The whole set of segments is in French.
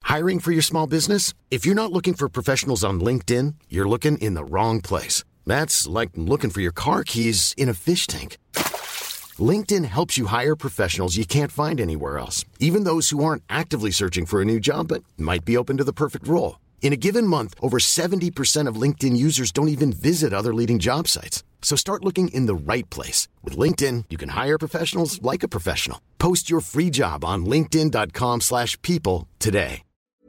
Hiring for your small business? If you're not looking for professionals on LinkedIn, you're looking in the wrong place. That's like looking for your car keys in a fish tank. LinkedIn helps you hire professionals you can't find anywhere else, even those who aren't actively searching for a new job but might be open to the perfect role. In a given month, over 70% of LinkedIn users don't even visit other leading job sites. So start looking in the right place. With LinkedIn, you can hire professionals like a professional. Post your free job on linkedin.com/people today.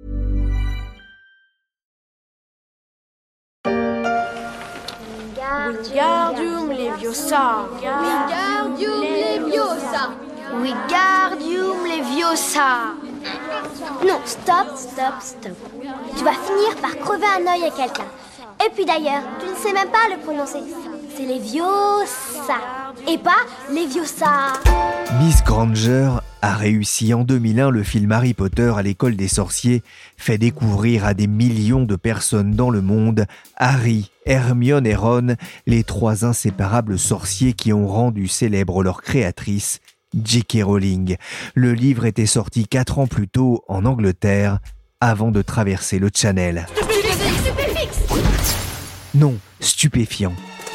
Wingardium Leviosa. Wingardium Leviosa. Wingardium Leviosa. Non, stop. Tu vas finir par crever un œil à quelqu'un. Et puis d'ailleurs, tu ne sais même pas le prononcer. C'est Leviosa et pas Leviosa. Miss Granger a réussi en 2001 le film Harry Potter à l'école des sorciers, fait découvrir à des millions de personnes dans le monde Harry, Hermione et Ron, les trois inséparables sorciers qui ont rendu célèbre leur créatrice, J.K. Rowling. Le livre était sorti 4 ans plus tôt en Angleterre, avant de traverser le Channel. Stupéfixe. Non, stupéfiant.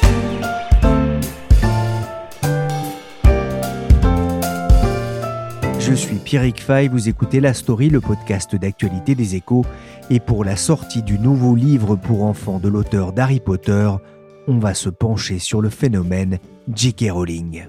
Je suis Pierrick Fay, vous écoutez La Story, le podcast d'actualité des Échos. Et pour la sortie du nouveau livre pour enfants de l'auteur d'Harry Potter, on va se pencher sur le phénomène J.K. Rowling.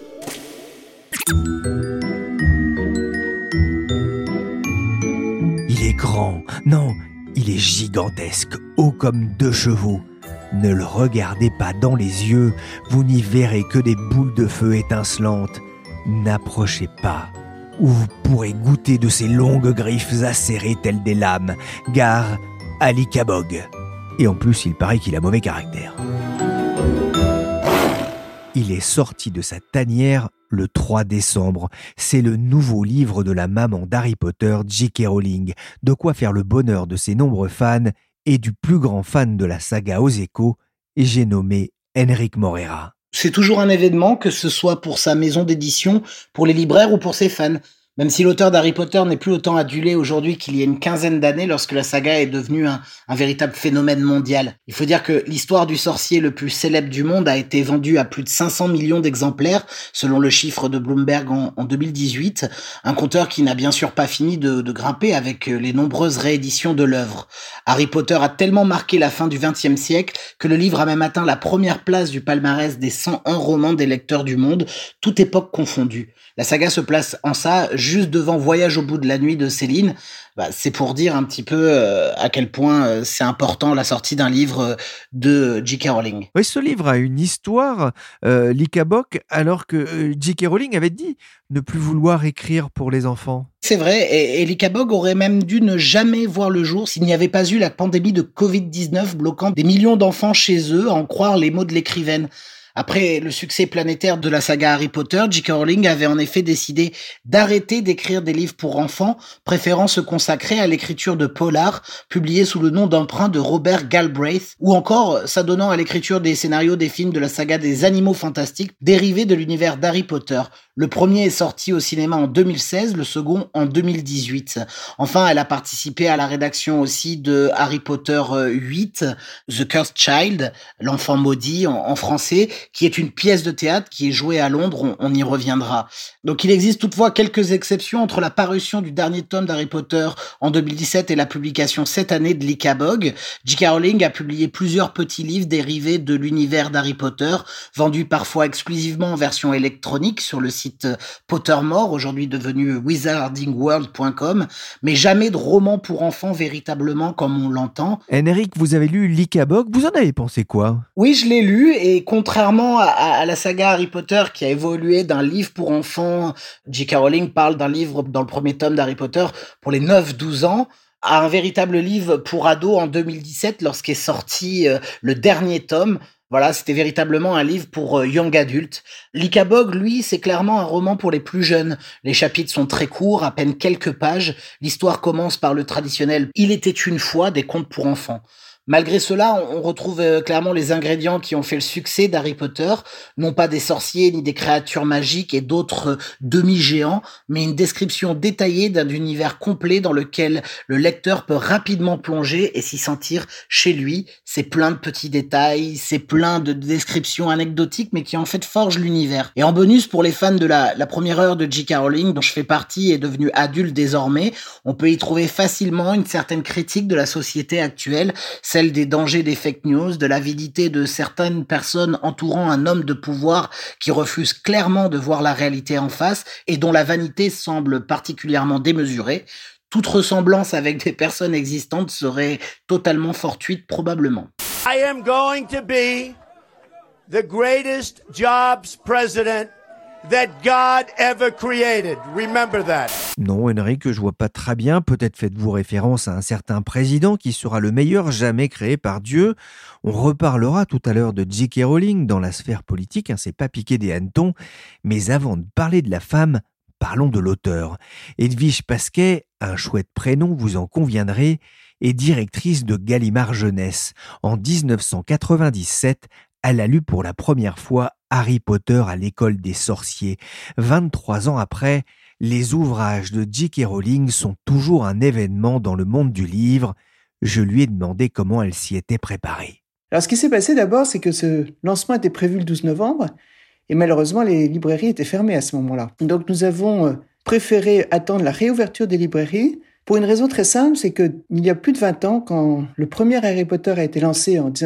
Il est grand, non, il est gigantesque, haut comme 2 chevaux. Ne le regardez pas dans les yeux, vous n'y verrez que des boules de feu étincelantes. N'approchez pas, ou vous pourrez goûter de ses longues griffes acérées telles des lames. Gare à l'Ikabog. Et en plus, il paraît qu'il a mauvais caractère. Il est sorti de sa tanière le 3 décembre. C'est le nouveau livre de la maman d'Harry Potter, J.K. Rowling. De quoi faire le bonheur de ses nombreux fans et du plus grand fan de la saga aux Échos, et j'ai nommé Enrique Morera. C'est toujours un événement, que ce soit pour sa maison d'édition, pour les libraires ou pour ses fans. Même si l'auteur d'Harry Potter n'est plus autant adulé aujourd'hui qu'il y a une quinzaine d'années lorsque la saga est devenue un véritable phénomène mondial. Il faut dire que l'histoire du sorcier le plus célèbre du monde a été vendue à plus de 500 millions d'exemplaires, selon le chiffre de Bloomberg en 2018, un compteur qui n'a bien sûr pas fini de grimper avec les nombreuses rééditions de l'œuvre. Harry Potter a tellement marqué la fin du XXe siècle que le livre a même atteint la première place du palmarès des 101 romans des lecteurs du monde, toute époque confondue. La saga se place en ça juste devant Voyage au bout de la nuit de Céline. C'est pour dire un petit peu à quel point c'est important la sortie d'un livre de J.K. Rowling. Oui, ce livre a une histoire, l'Ikabog, alors que J.K. Rowling avait dit ne plus vouloir écrire pour les enfants. C'est vrai, et l'Ikabog aurait même dû ne jamais voir le jour s'il n'y avait pas eu la pandémie de Covid-19 bloquant des millions d'enfants chez eux, à en croire les mots de l'écrivaine. Après le succès planétaire de la saga Harry Potter, J.K. Rowling avait en effet décidé d'arrêter d'écrire des livres pour enfants, préférant se consacrer à l'écriture de polars, publiés sous le nom d'emprunt de Robert Galbraith, ou encore s'adonnant à l'écriture des scénarios des films de la saga des Animaux Fantastiques, dérivés de l'univers d'Harry Potter. Le premier est sorti au cinéma en 2016, le second en 2018. Enfin, elle a participé à la rédaction aussi de Harry Potter 8, The Cursed Child, l'enfant maudit en français, qui est une pièce de théâtre qui est jouée à Londres, on y reviendra. Donc il existe toutefois quelques exceptions entre la parution du dernier tome d'Harry Potter en 2017 et la publication cette année de l'Ikabog. J.K. Rowling a publié plusieurs petits livres dérivés de l'univers d'Harry Potter, vendus parfois exclusivement en version électronique sur le site Pottermore, aujourd'hui devenu wizardingworld.com, mais jamais de roman pour enfants véritablement comme on l'entend. Enrique, vous avez lu l'Ikabog, vous en avez pensé quoi ? Oui, je l'ai lu, et contrairement à la saga Harry Potter qui a évolué d'un livre pour enfants, J.K. Rowling parle d'un livre dans le premier tome d'Harry Potter pour les 9-12 ans, à un véritable livre pour ados en 2017 lorsqu'est sorti le dernier tome. Voilà, c'était véritablement un livre pour young adultes. L'Ikabog, lui, c'est clairement un roman pour les plus jeunes. Les chapitres sont très courts, à peine quelques pages. L'histoire commence par le traditionnel « Il était une fois » des contes pour enfants. Malgré cela, on retrouve clairement les ingrédients qui ont fait le succès d'Harry Potter, non pas des sorciers ni des créatures magiques et d'autres demi-géants, mais une description détaillée d'un univers complet dans lequel le lecteur peut rapidement plonger et s'y sentir chez lui. C'est plein de petits détails, c'est plein de descriptions anecdotiques, mais qui en fait forgent l'univers. Et en bonus, pour les fans de la première heure de J.K. Rowling, dont je fais partie et devenu adulte désormais, on peut y trouver facilement une certaine critique de la société actuelle, celle des dangers des fake news, de l'avidité de certaines personnes entourant un homme de pouvoir qui refuse clairement de voir la réalité en face et dont la vanité semble particulièrement démesurée. Toute ressemblance avec des personnes existantes serait totalement fortuite probablement. I am going to be the greatest jobs president that God ever created. Remember that. Non, Henrik, je vois pas très bien. Peut-être faites-vous référence à un certain président qui sera le meilleur jamais créé par Dieu. On reparlera tout à l'heure de J.K. Rowling dans la sphère politique, c'est pas piqué des hannetons. Mais avant de parler de la femme, parlons de l'auteur. Edwige Pasquet, un chouette prénom, vous en conviendrez, est directrice de Gallimard Jeunesse. En 1997, elle a lu pour la première fois Harry Potter à l'école des sorciers. 23 ans après, les ouvrages de J.K. Rowling sont toujours un événement dans le monde du livre. Je lui ai demandé comment elle s'y était préparée. Alors ce qui s'est passé d'abord, c'est que ce lancement était prévu le 12 novembre et malheureusement les librairies étaient fermées à ce moment-là. Donc nous avons préféré attendre la réouverture des librairies pour une raison très simple, c'est qu'il y a plus de 20 ans, quand le premier Harry Potter a été lancé en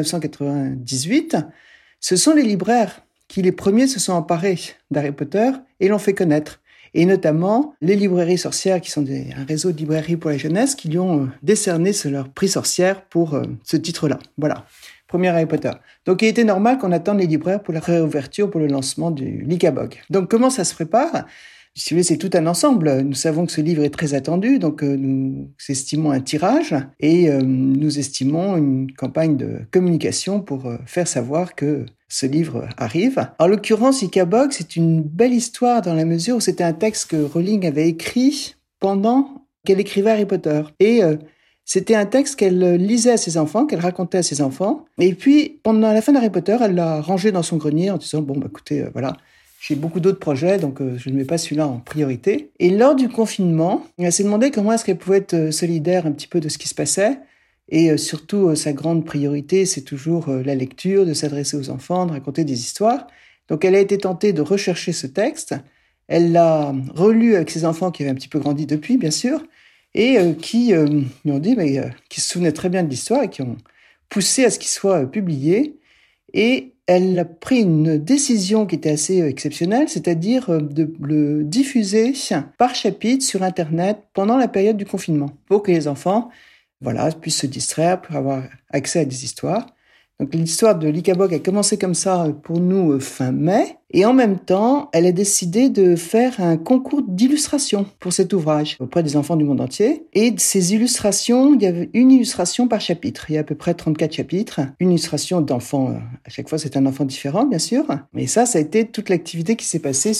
1998, ce sont les libraires qui les premiers se sont emparés d'Harry Potter et l'ont fait connaître. Et notamment les librairies sorcières, qui sont un réseau de librairies pour la jeunesse, qui lui ont décerné leur prix sorcière pour ce titre-là. Voilà, premier Harry Potter. Donc il était normal qu'on attende les libraires pour la réouverture, pour le lancement du Lycabog. Donc comment ça se prépare ? Si vous voulez, c'est tout un ensemble. Nous savons que ce livre est très attendu, donc nous estimons un tirage et nous estimons une campagne de communication pour faire savoir que ce livre arrive. En l'occurrence, Lycabog, c'est une belle histoire dans la mesure où c'était un texte que Rowling avait écrit pendant qu'elle écrivait Harry Potter. Et c'était un texte qu'elle lisait à ses enfants, qu'elle racontait à ses enfants. Et puis, pendant la fin d'Harry Potter, elle l'a rangé dans son grenier en disant « Bon, écoutez, voilà ». J'ai beaucoup d'autres projets, donc je ne mets pas celui-là en priorité. Et lors du confinement, elle s'est demandé comment est-ce qu'elle pouvait être solidaire un petit peu de ce qui se passait. Et surtout, sa grande priorité, c'est toujours la lecture, de s'adresser aux enfants, de raconter des histoires. Donc elle a été tentée de rechercher ce texte. Elle l'a relu avec ses enfants qui avaient un petit peu grandi depuis, bien sûr, et qui lui ont dit, qui se souvenaient très bien de l'histoire et qui ont poussé à ce qu'il soit publié. Et elle a pris une décision qui était assez exceptionnelle, c'est-à-dire de le diffuser par chapitre sur Internet pendant la période du confinement, pour que les enfants puissent se distraire, pour avoir accès à des histoires. Donc l'histoire de Lycabog a commencé comme ça pour nous fin mai, et en même temps, elle a décidé de faire un concours d'illustration pour cet ouvrage auprès des enfants du monde entier. Et ces illustrations, il y avait une illustration par chapitre. Il y a à peu près 34 chapitres. Une illustration d'enfant, à chaque fois c'est un enfant différent, bien sûr. Mais ça a été toute l'activité qui s'est passée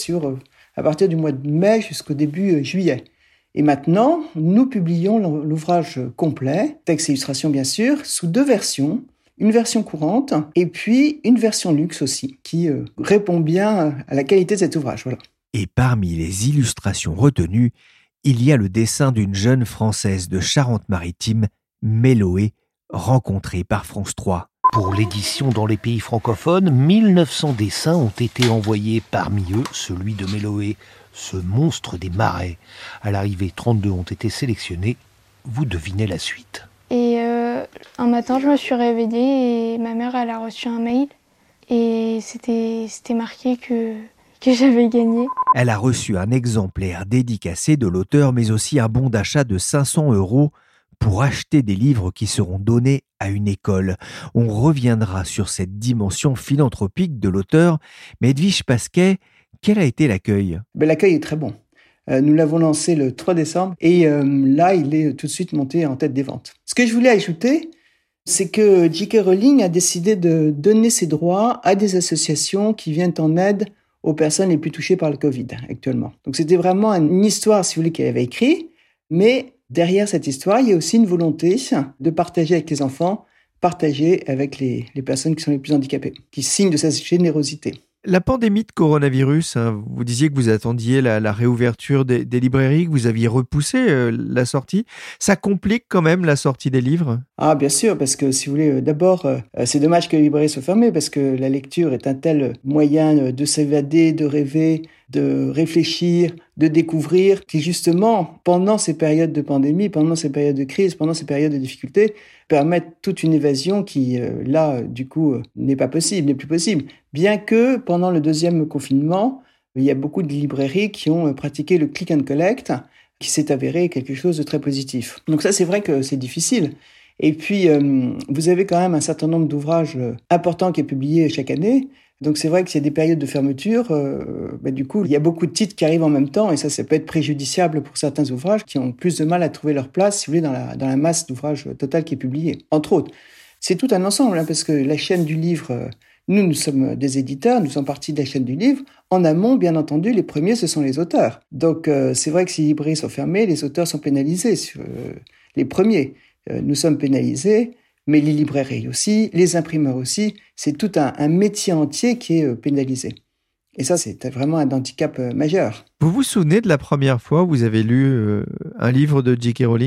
à partir du mois de mai jusqu'au début juillet. Et maintenant, nous publions l'ouvrage complet, texte et illustration bien sûr, sous 2 versions. Une version courante et puis une version luxe aussi, qui répond bien à la qualité de cet ouvrage. Voilà. Et parmi les illustrations retenues, il y a le dessin d'une jeune Française de Charente-Maritime, Méloé, rencontrée par France 3. Pour l'édition dans les pays francophones, 1900 dessins ont été envoyés, parmi eux celui de Méloé, ce monstre des marais. À l'arrivée, 32 ont été sélectionnés. Vous devinez la suite. Et un matin, je me suis réveillée et ma mère, elle a reçu un mail et c'était marqué que j'avais gagné. Elle a reçu un exemplaire dédicacé de l'auteur, mais aussi un bon d'achat de 500 € pour acheter des livres qui seront donnés à une école. On reviendra sur cette dimension philanthropique de l'auteur, mais Edwige Pasquet, quel a été l'accueil ? L'accueil est très bon. Nous l'avons lancé le 3 décembre et là, il est tout de suite monté en tête des ventes. Ce que je voulais ajouter, c'est que J.K. Rowling a décidé de donner ses droits à des associations qui viennent en aide aux personnes les plus touchées par le Covid actuellement. Donc c'était vraiment une histoire, si vous voulez, qu'elle avait écrite, mais derrière cette histoire, il y a aussi une volonté de partager avec les enfants partager avec les personnes qui sont les plus handicapées, qui signent de sa générosité. La pandémie de coronavirus, vous disiez que vous attendiez la réouverture des librairies, que vous aviez repoussé la sortie. Ça complique quand même la sortie des livres ? Ah, bien sûr, parce que si vous voulez, d'abord, c'est dommage que les librairies soient fermées parce que la lecture est un tel moyen de s'évader, de rêver, de réfléchir, de découvrir, qui justement, pendant ces périodes de pandémie, pendant ces périodes de crise, pendant ces périodes de difficultés, permettent toute une évasion qui, là, du coup, n'est plus possible. Bien que, pendant le deuxième confinement, il y a beaucoup de librairies qui ont pratiqué le click and collect, qui s'est avéré quelque chose de très positif. Donc ça, c'est vrai que c'est difficile. Et puis, vous avez quand même un certain nombre d'ouvrages importants qui est publié chaque année. Donc c'est vrai qu'il y a des périodes de fermeture, du coup, il y a beaucoup de titres qui arrivent en même temps et ça peut être préjudiciable pour certains ouvrages qui ont plus de mal à trouver leur place, si vous voulez, dans la masse d'ouvrages totale qui est publiée. Entre autres, c'est tout un ensemble, parce que la chaîne du livre, nous sommes des éditeurs, nous sommes partie de la chaîne du livre. En amont, bien entendu, les premiers, ce sont les auteurs. Donc c'est vrai que si les librairies sont fermées, les auteurs sont pénalisés, les premiers. Nous sommes pénalisés, mais les librairies aussi, les imprimeurs aussi, c'est tout un métier entier qui est pénalisé. Et ça, c'est vraiment un handicap majeur. Vous vous souvenez de la première fois où vous avez lu un livre de J.K. Rowling ?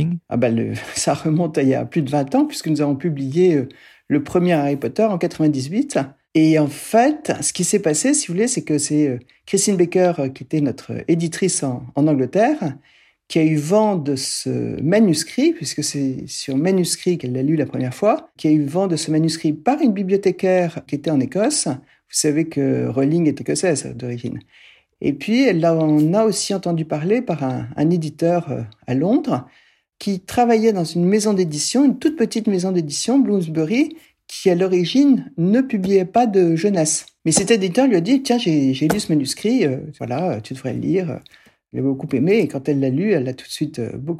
Ça remonte à il y a plus de 20 ans, puisque nous avons publié le premier Harry Potter en 98. Et en fait, ce qui s'est passé, si vous voulez, c'est que c'est Christine Baker, qui était notre éditrice en Angleterre, qui a eu vent de ce manuscrit, puisque c'est sur manuscrit qu'elle l'a lu la première fois, qui a eu vent de ce manuscrit par une bibliothécaire qui était en Écosse. Vous savez que Rowling est écossaise d'origine. Et puis, elle en a aussi entendu parler par un éditeur à Londres, qui travaillait dans une maison d'édition, une toute petite maison d'édition, Bloomsbury, qui à l'origine ne publiait pas de jeunesse. Mais cet éditeur lui a dit « Tiens, j'ai lu ce manuscrit, tu devrais le lire ». Elle a beaucoup aimé et quand elle l'a lu, elle a tout de suite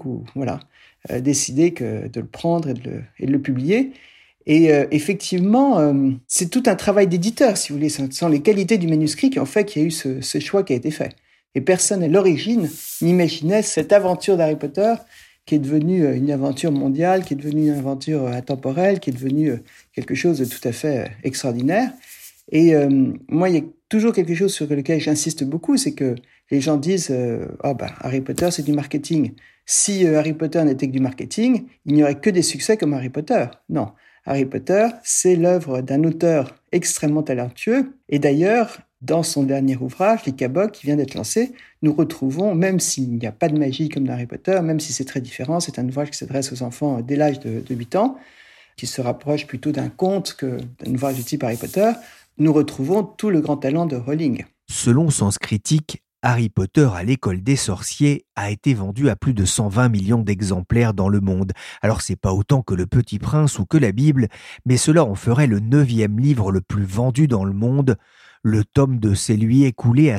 décidé de le prendre et de le publier. Et effectivement, c'est tout un travail d'éditeur, si vous voulez. Ce sont les qualités du manuscrit qui ont fait qu'il y a eu ce choix qui a été fait. Et personne à l'origine n'imaginait cette aventure d'Harry Potter qui est devenue une aventure mondiale, qui est devenue une aventure intemporelle, qui est devenue quelque chose de tout à fait extraordinaire. Et moi, il y a toujours quelque chose sur lequel j'insiste beaucoup, c'est que les gens disent Harry Potter, c'est du marketing. Si Harry Potter n'était que du marketing, il n'y aurait que des succès comme Harry Potter. Non, Harry Potter, c'est l'œuvre d'un auteur extrêmement talentueux. Et d'ailleurs, dans son dernier ouvrage, l'Icabog, qui vient d'être lancé, nous retrouvons, même s'il n'y a pas de magie comme dans Harry Potter, même si c'est très différent, c'est un ouvrage qui s'adresse aux enfants dès l'âge de 8 ans, qui se rapproche plutôt d'un conte que d'un ouvrage du type Harry Potter, nous retrouvons tout le grand talent de Rowling. Selon Sens Critique, Harry Potter à l'école des sorciers a été vendu à plus de 120 millions d'exemplaires dans le monde. Alors c'est pas autant que Le Petit Prince ou que la Bible, mais cela en ferait le 9e livre le plus vendu dans le monde. Le tome 2 s'est lui écoulé à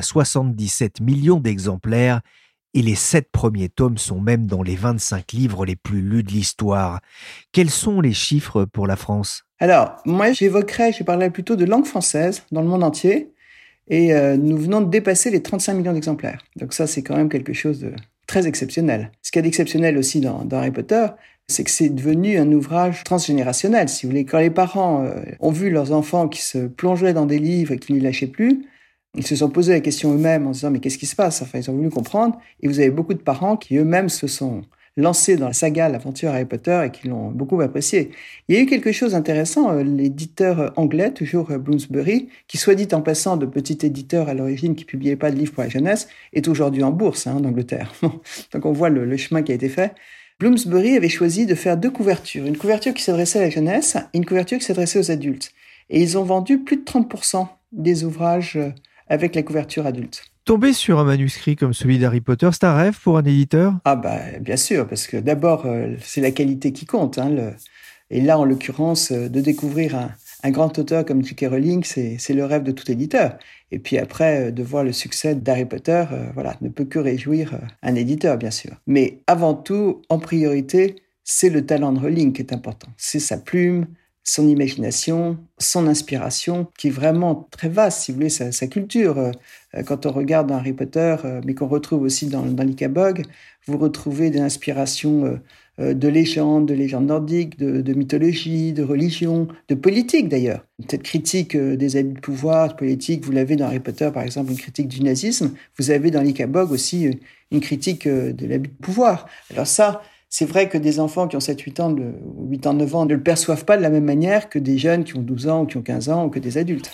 77 millions d'exemplaires et les 7 premiers tomes sont même dans les 25 livres les plus lus de l'histoire. Quels sont les chiffres pour la France ? Alors, moi je parlerai plutôt de langue française dans le monde entier. Et nous venons de dépasser les 35 millions d'exemplaires. Donc ça, c'est quand même quelque chose de très exceptionnel. Ce qu'il y a d'exceptionnel aussi dans Harry Potter, c'est que c'est devenu un ouvrage transgénérationnel, si vous voulez. Quand les parents ont vu leurs enfants qui se plongeaient dans des livres et qui ne les lâchaient plus, ils se sont posé la question eux-mêmes en se disant « mais qu'est-ce qui se passe ?» Enfin, ils ont voulu comprendre. Et vous avez beaucoup de parents qui eux-mêmes se sont lancés dans la saga, l'aventure Harry Potter et qui l'ont beaucoup apprécié. Il y a eu quelque chose d'intéressant, l'éditeur anglais, toujours Bloomsbury, qui soit dit en passant de petit éditeur à l'origine qui publiait pas de livres pour la jeunesse, est aujourd'hui en bourse en Angleterre. Donc on voit le chemin qui a été fait. Bloomsbury avait choisi de faire 2 couvertures, une couverture qui s'adressait à la jeunesse et une couverture qui s'adressait aux adultes. Et ils ont vendu plus de 30% des ouvrages avec la couverture adulte. Tomber sur un manuscrit comme celui d'Harry Potter, c'est un rêve pour un éditeur ? Bien sûr, parce que d'abord, c'est la qualité qui compte. Et là, en l'occurrence, de découvrir un grand auteur comme J.K. Rowling, c'est le rêve de tout éditeur. Et puis après, de voir le succès d'Harry Potter, ne peut que réjouir un éditeur, bien sûr. Mais avant tout, en priorité, c'est le talent de Rowling qui est important. C'est sa plume, son imagination, son inspiration, qui est vraiment très vaste, si vous voulez, sa culture. Quand on regarde dans Harry Potter, mais qu'on retrouve aussi dans l'Icabog, vous retrouvez des inspirations de légendes nordiques, de mythologie, de religion, de politique d'ailleurs. Cette critique des abus de pouvoir politique, vous l'avez dans Harry Potter par exemple, une critique du nazisme. Vous avez dans l'Icabog aussi une critique de l'abus de pouvoir. Alors ça, c'est vrai que des enfants qui ont 7-8 ans, 8 ans, 9 ans, ne le perçoivent pas de la même manière que des jeunes qui ont 12 ans ou qui ont 15 ans ou que des adultes.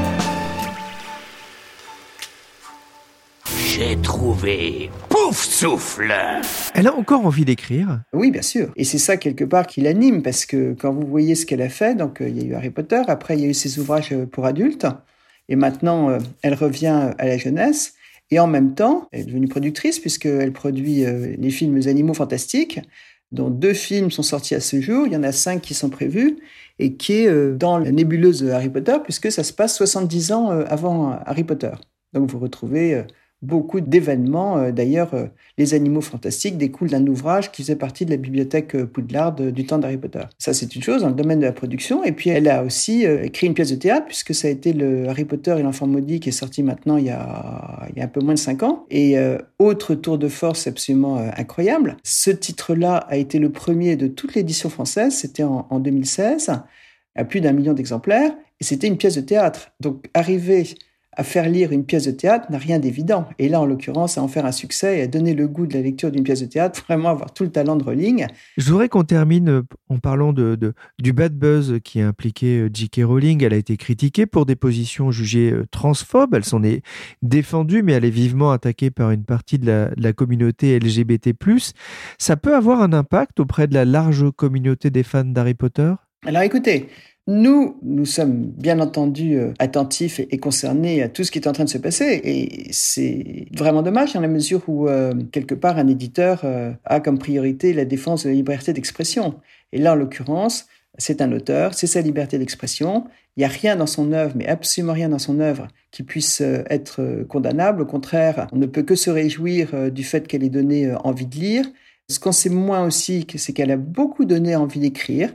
J'ai trouvé Pouf Souffle. Elle a encore envie d'écrire ? Oui, bien sûr. Et c'est ça, quelque part, qui l'anime, parce que quand vous voyez ce qu'elle a fait, donc il y a eu Harry Potter, après il y a eu ses ouvrages pour adultes, et maintenant elle revient à la jeunesse, et en même temps, elle est devenue productrice, puisqu'elle produit les films Animaux Fantastiques, dont 2 films sont sortis à ce jour, il y en a 5 qui sont prévus, et qui est dans la nébuleuse Harry Potter, puisque ça se passe 70 ans avant Harry Potter. Donc vous retrouvez beaucoup d'événements. D'ailleurs, les Animaux Fantastiques découlent d'un ouvrage qui faisait partie de la bibliothèque Poudlard du temps d'Harry Potter. Ça, c'est une chose dans le domaine de la production. Et puis, elle a aussi écrit une pièce de théâtre, puisque ça a été le Harry Potter et l'Enfant Maudit qui est sorti maintenant il y a un peu moins de 5 ans. Et autre tour de force absolument incroyable, ce titre-là a été le premier de toute l'édition française. C'était en 2016, à plus d'1 million d'exemplaires. Et c'était une pièce de théâtre. Donc, arriver à faire lire une pièce de théâtre n'a rien d'évident. Et là, en l'occurrence, à en faire un succès et à donner le goût de la lecture d'une pièce de théâtre, vraiment avoir tout le talent de Rowling. Je voudrais qu'on termine en parlant du bad buzz qui a impliqué J.K. Rowling. Elle a été critiquée pour des positions jugées transphobes. Elle s'en est défendue, mais elle est vivement attaquée par une partie de la communauté LGBT+. Ça peut avoir un impact auprès de la large communauté des fans d'Harry Potter ? Alors écoutez, nous sommes bien entendu attentifs et concernés à tout ce qui est en train de se passer. Et c'est vraiment dommage dans la mesure où, quelque part, un éditeur a comme priorité la défense de la liberté d'expression. Et là, en l'occurrence, c'est un auteur, c'est sa liberté d'expression. Il n'y a rien dans son œuvre, mais absolument rien dans son œuvre qui puisse être condamnable. Au contraire, on ne peut que se réjouir du fait qu'elle ait donné envie de lire. Ce qu'on sait moins aussi, c'est qu'elle a beaucoup donné envie d'écrire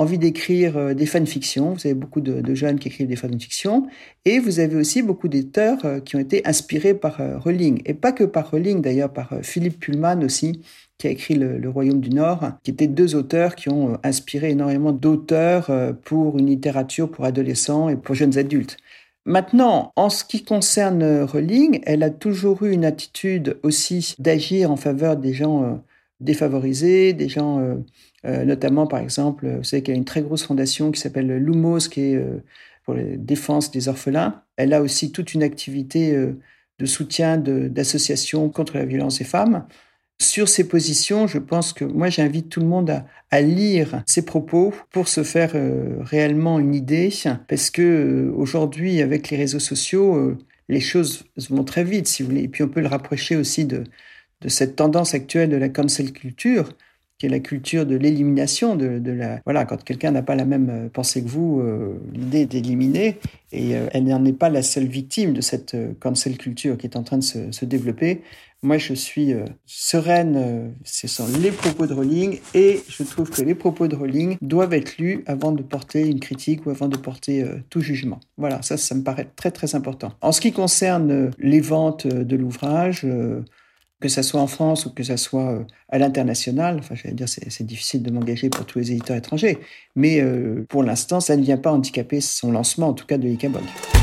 des fanfictions. Vous avez beaucoup de jeunes qui écrivent des fanfictions. Et vous avez aussi beaucoup d'auteurs qui ont été inspirés par Rowling. Et pas que par Rowling, d'ailleurs, par Philippe Pullman aussi, qui a écrit Le Royaume du Nord, qui étaient 2 auteurs qui ont inspiré énormément d'auteurs pour une littérature pour adolescents et pour jeunes adultes. Maintenant, en ce qui concerne Rowling, elle a toujours eu une attitude aussi d'agir en faveur des gens défavorisés, des gens... notamment, par exemple, vous savez qu'il y a une très grosse fondation qui s'appelle Lumos, qui est pour la défense des orphelins. Elle a aussi toute une activité de soutien d'associations contre la violence des femmes. Sur ces positions, je pense que moi, j'invite tout le monde à lire ses propos pour se faire réellement une idée, parce que aujourd'hui, avec les réseaux sociaux, les choses vont très vite, si vous voulez. Et puis, on peut le rapprocher aussi de cette tendance actuelle de la cancel culture, qui est la culture de l'élimination, voilà, quand quelqu'un n'a pas la même pensée que vous, l'idée d'éliminer, et elle n'en est pas la seule victime de cette cancel culture qui est en train de se développer. Moi, je suis sereine, ce sont les propos de Rowling, et je trouve que les propos de Rowling doivent être lus avant de porter une critique ou avant de porter tout jugement. Voilà, ça me paraît très très important. En ce qui concerne les ventes de l'ouvrage, que ça soit en France ou que ça soit à l'international, enfin, j'allais dire, c'est difficile de m'engager pour tous les éditeurs étrangers, mais pour l'instant, ça ne vient pas handicaper son lancement, en tout cas de l'Icabog.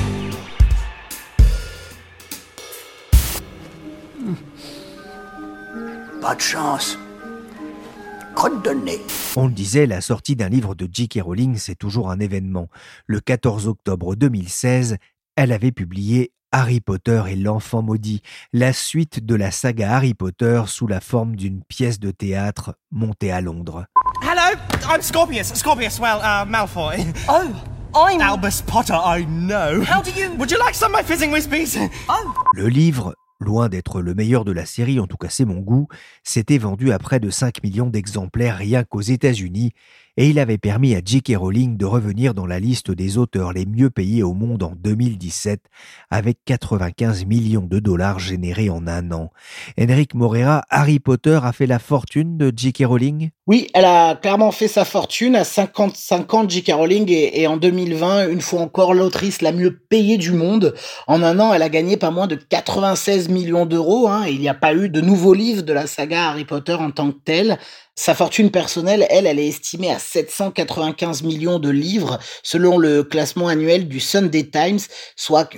Pas de chance. Crotte de nez. On le disait, la sortie d'un livre de J.K. Rowling, c'est toujours un événement. Le 14 octobre 2016, elle avait publié Harry Potter et l'Enfant Maudit, la suite de la saga Harry Potter sous la forme d'une pièce de théâtre montée à Londres. Hello, I'm Scorpius, Malfoy. Oh, I'm... Albus Potter, I know. How do you... Would you like some of my fizzing whispies? Oh. Le livre, loin d'être le meilleur de la série, en tout cas c'est mon goût, s'était vendu à près de 5 millions d'exemplaires rien qu'aux États-Unis, et il avait permis à J.K. Rowling de revenir dans la liste des auteurs les mieux payés au monde en 2017, avec 95 millions de dollars générés en un an. Enrique Morera, Harry Potter a fait la fortune de J.K. Rowling ? Oui, elle a clairement fait sa fortune à 55 ans, J.K. Rowling, et en 2020, une fois encore, l'autrice la mieux payée du monde. En un an, elle a gagné pas moins de 96 millions d'euros, et il n'y a pas eu de nouveaux livres de la saga Harry Potter en tant que tel. Sa fortune personnelle, elle est estimée à 795 millions de livres, selon le classement annuel du Sunday Times, soit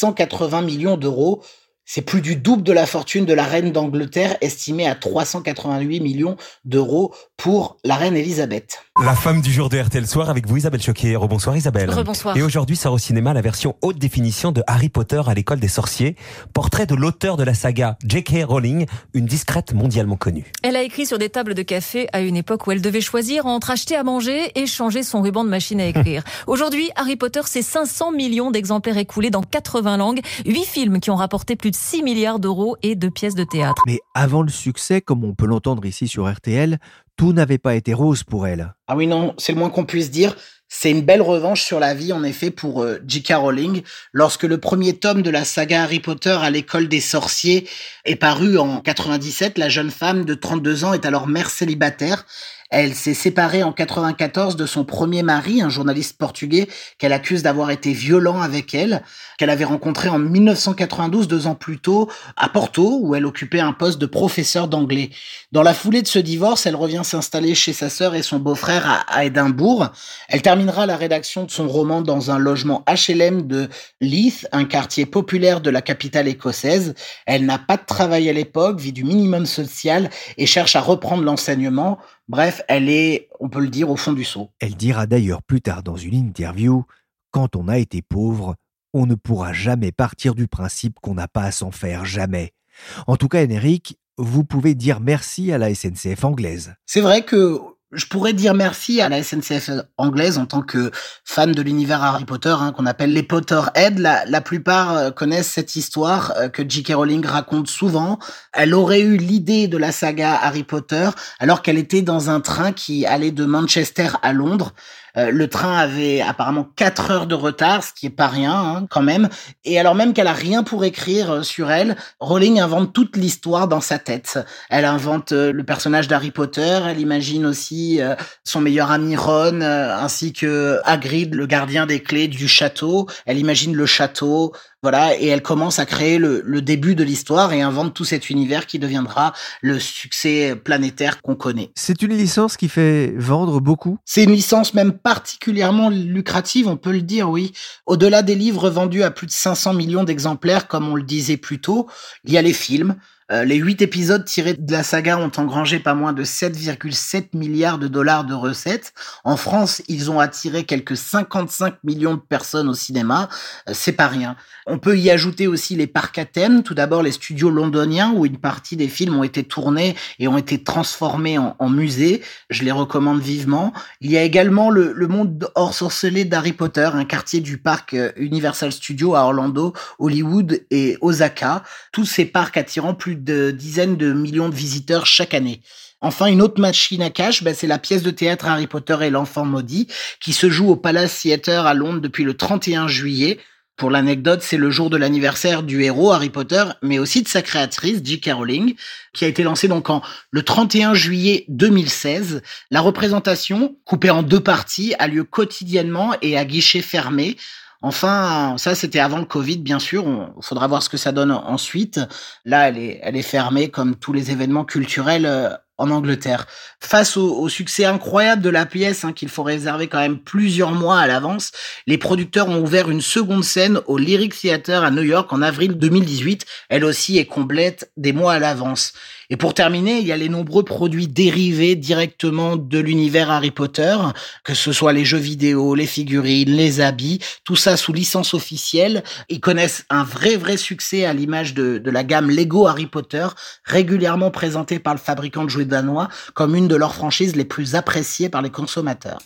880 millions d'euros. C'est plus du double de la fortune de la reine d'Angleterre, estimée à 388 millions d'euros pour la reine Elisabeth. La femme du jour de RTL Soir avec vous, Isabelle Choquet. Rebonsoir Isabelle. Rebonsoir. Et aujourd'hui sort au cinéma la version haute définition de Harry Potter à l'école des sorciers. Portrait de l'auteur de la saga, J.K. Rowling, une discrète mondialement connue. Elle a écrit sur des tables de café à une époque où elle devait choisir entre acheter à manger et changer son ruban de machine à écrire. Aujourd'hui, Harry Potter, c'est 500 millions d'exemplaires écoulés dans 80 langues, 8 films qui ont rapporté plus de 6 milliards d'euros et 2 pièces de théâtre. Mais avant le succès, comme on peut l'entendre ici sur RTL, tout n'avait pas été rose pour elle. Ah oui, non, c'est le moins qu'on puisse dire. C'est une belle revanche sur la vie, en effet, pour J.K. Rowling. Lorsque le premier tome de la saga Harry Potter à l'école des sorciers est paru en 97, la jeune femme de 32 ans est alors mère célibataire. Elle s'est séparée en 94 de son premier mari, un journaliste portugais qu'elle accuse d'avoir été violent avec elle, qu'elle avait rencontré en 1992, 2 ans plus tôt, à Porto, où elle occupait un poste de professeur d'anglais. Dans la foulée de ce divorce, elle revient s'installer chez sa sœur et son beau-frère à Édimbourg. Elle terminera la rédaction de son roman dans un logement HLM de Leith, un quartier populaire de la capitale écossaise. Elle n'a pas de travail à l'époque, vit du minimum social et cherche à reprendre l'enseignement. Bref, elle est, on peut le dire, au fond du seau. Elle dira d'ailleurs plus tard dans une interview « Quand on a été pauvre, on ne pourra jamais partir du principe qu'on n'a pas à s'en faire, jamais. » En tout cas, Énéric, vous pouvez dire merci à la SNCF anglaise. C'est vrai que je pourrais dire merci à la SNCF anglaise en tant que fan de l'univers Harry Potter, qu'on appelle les Potterheads. La plupart connaissent cette histoire que J.K. Rowling raconte souvent. Elle aurait eu l'idée de la saga Harry Potter alors qu'elle était dans un train qui allait de Manchester à Londres. Le train avait apparemment 4 heures de retard, ce qui est pas rien quand même. Et alors même qu'elle a rien pour écrire sur elle, Rowling invente toute l'histoire dans sa tête. Elle invente le personnage d'Harry Potter, elle imagine aussi son meilleur ami Ron, ainsi que Hagrid, le gardien des clés du château. Elle imagine le château, voilà, et elle commence à créer le début de l'histoire et invente tout cet univers qui deviendra le succès planétaire qu'on connaît. C'est une licence qui fait vendre beaucoup ? C'est une licence même particulièrement lucrative, on peut le dire, oui. Au-delà des livres vendus à plus de 500 millions d'exemplaires, comme on le disait plus tôt, il y a les films. Les 8 épisodes tirés de la saga ont engrangé pas moins de 7,7 milliards de dollars de recettes. En France, ils ont attiré quelques 55 millions de personnes au cinéma. C'est pas rien. On peut y ajouter aussi les parcs à thème. Tout d'abord, les studios londoniens où une partie des films ont été tournés et ont été transformés en musée. Je les recommande vivement. Il y a également le monde hors sorcelé d'Harry Potter, un quartier du parc Universal Studios à Orlando, Hollywood et Osaka. Tous ces parcs attirant plus de dizaines de millions de visiteurs chaque année. Enfin, une autre machine à cash, c'est la pièce de théâtre Harry Potter et l'enfant maudit qui se joue au Palace Theatre à Londres depuis le 31 juillet. Pour l'anecdote, c'est le jour de l'anniversaire du héros Harry Potter, mais aussi de sa créatrice, J.K. Rowling, qui a été lancée donc le 31 juillet 2016. La représentation, coupée en 2 parties, a lieu quotidiennement et à guichet fermé. Enfin, ça c'était avant le Covid, bien sûr. Il faudra voir ce que ça donne ensuite. Là, elle est fermée comme tous les événements culturels en Angleterre. Face au succès incroyable de la pièce, qu'il faut réserver quand même plusieurs mois à l'avance, les producteurs ont ouvert une seconde scène au Lyric Theatre à New York en avril 2018. Elle aussi est complète des mois à l'avance. Et pour terminer, il y a les nombreux produits dérivés directement de l'univers Harry Potter, que ce soit les jeux vidéo, les figurines, les habits, tout ça sous licence officielle. Ils connaissent un vrai succès à l'image de la gamme Lego Harry Potter, régulièrement présentée par le fabricant de jouets danois comme une de leurs franchises les plus appréciées par les consommateurs.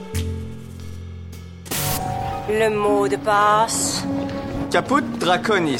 Le mot de passe. Caput Draconis.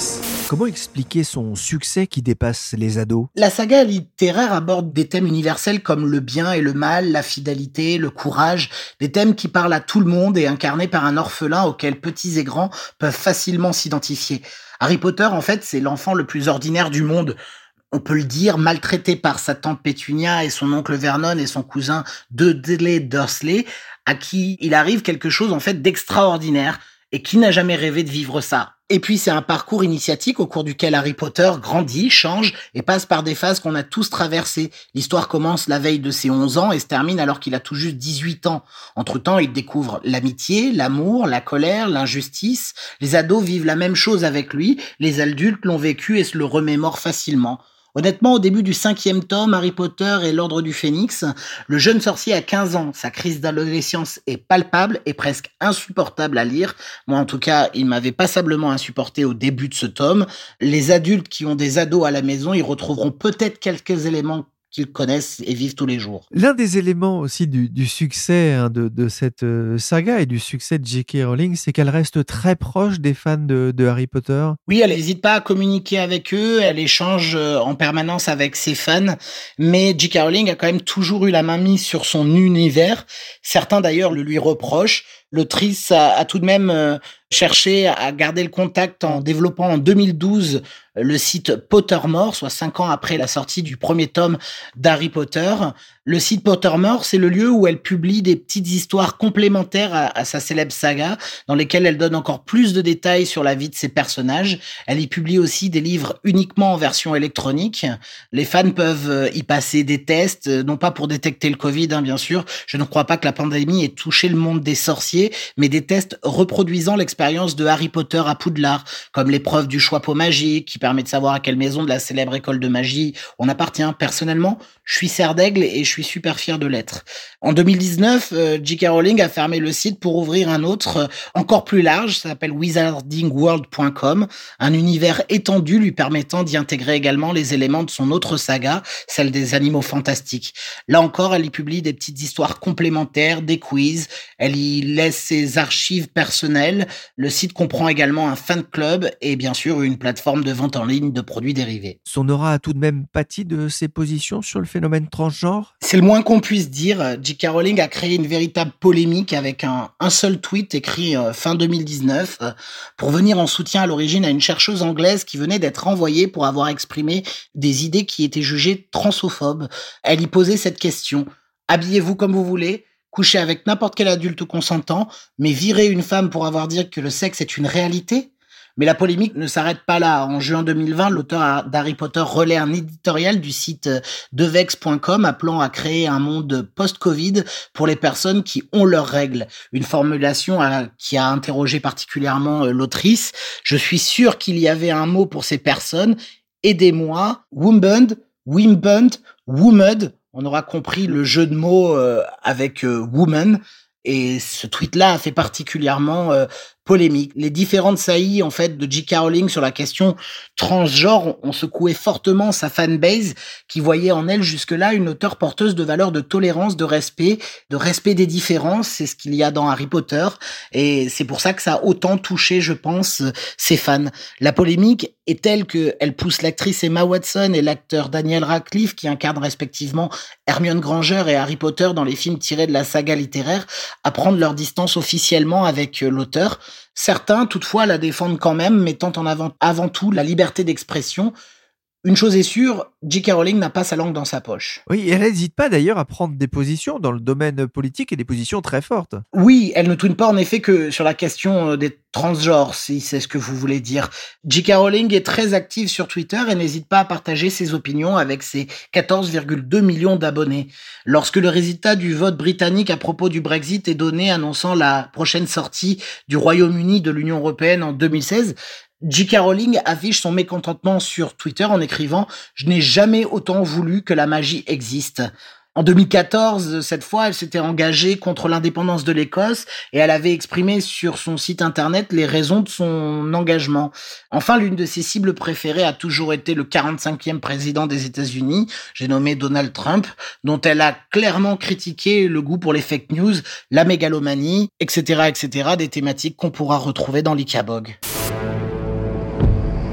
Comment expliquer son succès qui dépasse les ados ? La saga littéraire aborde des thèmes universels comme le bien et le mal, la fidélité, le courage, des thèmes qui parlent à tout le monde et incarnés par un orphelin auquel petits et grands peuvent facilement s'identifier. Harry Potter, en fait, c'est l'enfant le plus ordinaire du monde. On peut le dire, maltraité par sa tante Pétunia et son oncle Vernon et son cousin Dudley Dursley, à qui il arrive quelque chose, en fait, d'extraordinaire et qui n'a jamais rêvé de vivre ça. Et puis c'est un parcours initiatique au cours duquel Harry Potter grandit, change et passe par des phases qu'on a tous traversées. L'histoire commence la veille de ses 11 ans et se termine alors qu'il a tout juste 18 ans. Entre-temps, il découvre l'amitié, l'amour, la colère, l'injustice. Les ados vivent la même chose avec lui, les adultes l'ont vécu et se le remémorent facilement. Honnêtement, au début du 5e tome, Harry Potter et l'Ordre du Phénix, le jeune sorcier a 15 ans. Sa crise d'adolescence est palpable et presque insupportable à lire. Moi, en tout cas, il m'avait passablement insupporté au début de ce tome. Les adultes qui ont des ados à la maison, ils retrouveront peut-être quelques éléments qu'ils connaissent et vivent tous les jours. L'un des éléments aussi du succès de cette saga et du succès de J.K. Rowling, c'est qu'elle reste très proche des fans de Harry Potter. Oui, elle n'hésite pas à communiquer avec eux, elle échange en permanence avec ses fans, mais J.K. Rowling a quand même toujours eu la main mise sur son univers. Certains d'ailleurs le lui reprochent. L'autrice a tout de même cherché à garder le contact en développant en 2012 le site Pottermore, soit 5 ans après la sortie du premier tome d'Harry Potter. Le site Pottermore, c'est le lieu où elle publie des petites histoires complémentaires à sa célèbre saga, dans lesquelles elle donne encore plus de détails sur la vie de ses personnages. Elle y publie aussi des livres uniquement en version électronique. Les fans peuvent y passer des tests, non pas pour détecter le Covid, bien sûr. Je ne crois pas que la pandémie ait touché le monde des sorciers, mais des tests reproduisant l'expérience de Harry Potter à Poudlard, comme l'épreuve du choix-peau magique, qui permet de savoir à quelle maison de la célèbre école de magie on appartient. Personnellement, je suis serre d'aigle et je suis super fier de l'être. En 2019, J.K. Rowling a fermé le site pour ouvrir un autre, encore plus large, ça s'appelle wizardingworld.com, un univers étendu lui permettant d'y intégrer également les éléments de son autre saga, celle des animaux fantastiques. Là encore, elle y publie des petites histoires complémentaires, des quiz, elle y laisse ses archives personnelles. Le site comprend également un fan club et bien sûr une plateforme de vente en ligne de produits dérivés. Son aura a tout de même pâti de ses positions sur le phénomène transgenre ? C'est le moins qu'on puisse dire. J.K. Rowling a créé une véritable polémique avec un seul tweet écrit fin 2019 pour venir en soutien à l'origine à une chercheuse anglaise qui venait d'être renvoyée pour avoir exprimé des idées qui étaient jugées transophobes. Elle y posait cette question. Habillez-vous comme vous voulez, couchez avec n'importe quel adulte consentant, mais virez une femme pour avoir dit que le sexe est une réalité ? Mais la polémique ne s'arrête pas là. En juin 2020, l'auteur d'Harry Potter relaie un éditorial du site devex.com appelant à créer un monde post-Covid pour les personnes qui ont leurs règles. Une formulation qui a interrogé particulièrement l'autrice. Je suis sûr qu'il y avait un mot pour ces personnes. Aidez-moi. Wombund, Wimbund, Womed. On aura compris le jeu de mots avec woman. Et ce tweet-là a fait particulièrement polémique. Les différentes saillies en fait de J.K. Rowling sur la question transgenre ont secoué fortement sa fanbase qui voyait en elle jusque-là une auteure porteuse de valeurs de tolérance, de respect des différences. C'est ce qu'il y a dans Harry Potter et c'est pour ça que ça a autant touché, je pense, ses fans. La polémique est telle qu'elle pousse l'actrice Emma Watson et l'acteur Daniel Radcliffe qui incarnent respectivement Hermione Granger et Harry Potter dans les films tirés de la saga littéraire à prendre leur distance officiellement avec l'auteur. Certains, toutefois, la défendent quand même, mettant en avant tout la liberté d'expression. Une chose est sûre, J.K. Rowling n'a pas sa langue dans sa poche. Oui, elle n'hésite pas d'ailleurs à prendre des positions dans le domaine politique et des positions très fortes. Oui, elle ne tourne pas en effet que sur la question des transgenres, si c'est ce que vous voulez dire. J.K. Rowling est très active sur Twitter et n'hésite pas à partager ses opinions avec ses 14,2 millions d'abonnés. Lorsque le résultat du vote britannique à propos du Brexit est donné, annonçant la prochaine sortie du Royaume-Uni de l'Union européenne en 2016, J.K. Rowling affiche son mécontentement sur Twitter en écrivant « Je n'ai jamais autant voulu que la magie existe ». En 2014, cette fois, elle s'était engagée contre l'indépendance de l'Écosse et elle avait exprimé sur son site internet les raisons de son engagement. Enfin, l'une de ses cibles préférées a toujours été le 45e président des États-Unis, j'ai nommé Donald Trump, dont elle a clairement critiqué le goût pour les fake news, la mégalomanie, etc., des thématiques qu'on pourra retrouver dans l'Ikabog. Le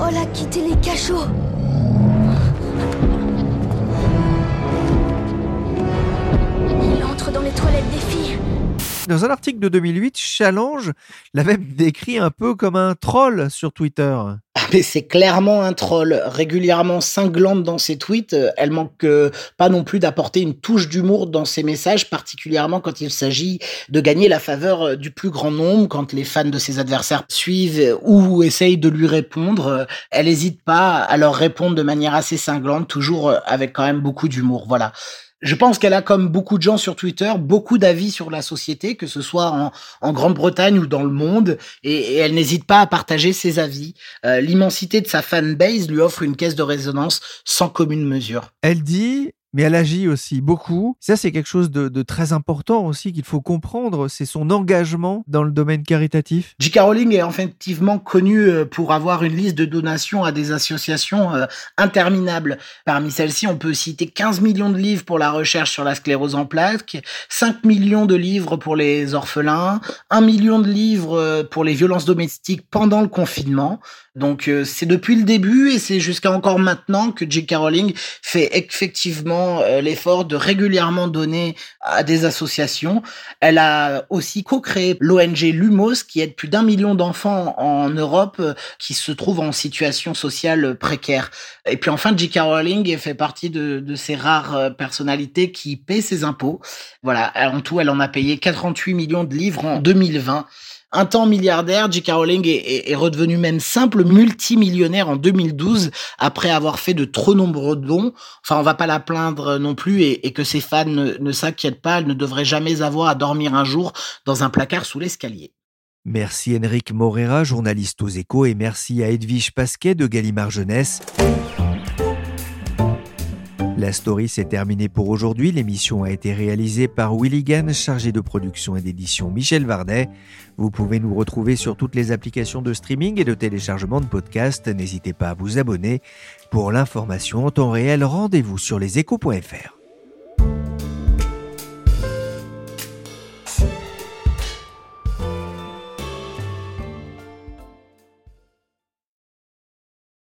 Paul a quitté les cachots. Il entre dans les toilettes des filles. Dans un article de 2008, Challenge l'a même décrit un peu comme un troll sur Twitter. Mais c'est clairement un troll, régulièrement cinglante dans ses tweets. Elle manque pas non plus d'apporter une touche d'humour dans ses messages, particulièrement quand il s'agit de gagner la faveur du plus grand nombre, quand les fans de ses adversaires suivent ou essayent de lui répondre. Elle n'hésite pas à leur répondre de manière assez cinglante, toujours avec quand même beaucoup d'humour. Voilà. Je pense qu'elle a, comme beaucoup de gens sur Twitter, beaucoup d'avis sur la société, que ce soit en Grande-Bretagne ou dans le monde, et elle n'hésite pas à partager ses avis. L'immensité de sa fanbase lui offre une caisse de résonance sans commune mesure. Elle dit, mais elle agit aussi beaucoup. Ça, c'est quelque chose de très important aussi qu'il faut comprendre, c'est son engagement dans le domaine caritatif. J.K. Rowling est effectivement connue pour avoir une liste de donations à des associations interminables. Parmi celles-ci, on peut citer 15 millions de livres pour la recherche sur la sclérose en plaques, 5 millions de livres pour les orphelins, 1 million de livres pour les violences domestiques pendant le confinement. Donc c'est depuis le début et c'est jusqu'à encore maintenant que J.K. Rowling fait effectivement l'effort de régulièrement donner à des associations. Elle a aussi co-créé l'ONG Lumos qui aide plus d'1 million d'enfants en Europe qui se trouvent en situation sociale précaire. Et puis enfin, J.K. Rowling fait partie de ces rares personnalités qui paient ses impôts. Voilà, en tout, elle en a payé 48 millions de livres en 2020. Un temps milliardaire, J.K. Rowling est redevenue même simple multimillionnaire en 2012 après avoir fait de trop nombreux dons. Enfin, on va pas la plaindre non plus et que ses fans ne s'inquiètent pas, elle ne devrait jamais avoir à dormir un jour dans un placard sous l'escalier. Merci Enric Morera, journaliste aux Échos, et merci à Edwige Pasquet de Gallimard Jeunesse. La story s'est terminée pour aujourd'hui. L'émission a été réalisée par Willy Gann, chargé de production et d'édition Michel Varnet. Vous pouvez nous retrouver sur toutes les applications de streaming et de téléchargement de podcasts. N'hésitez pas à vous abonner. Pour l'information en temps réel, rendez-vous sur leséchos.fr.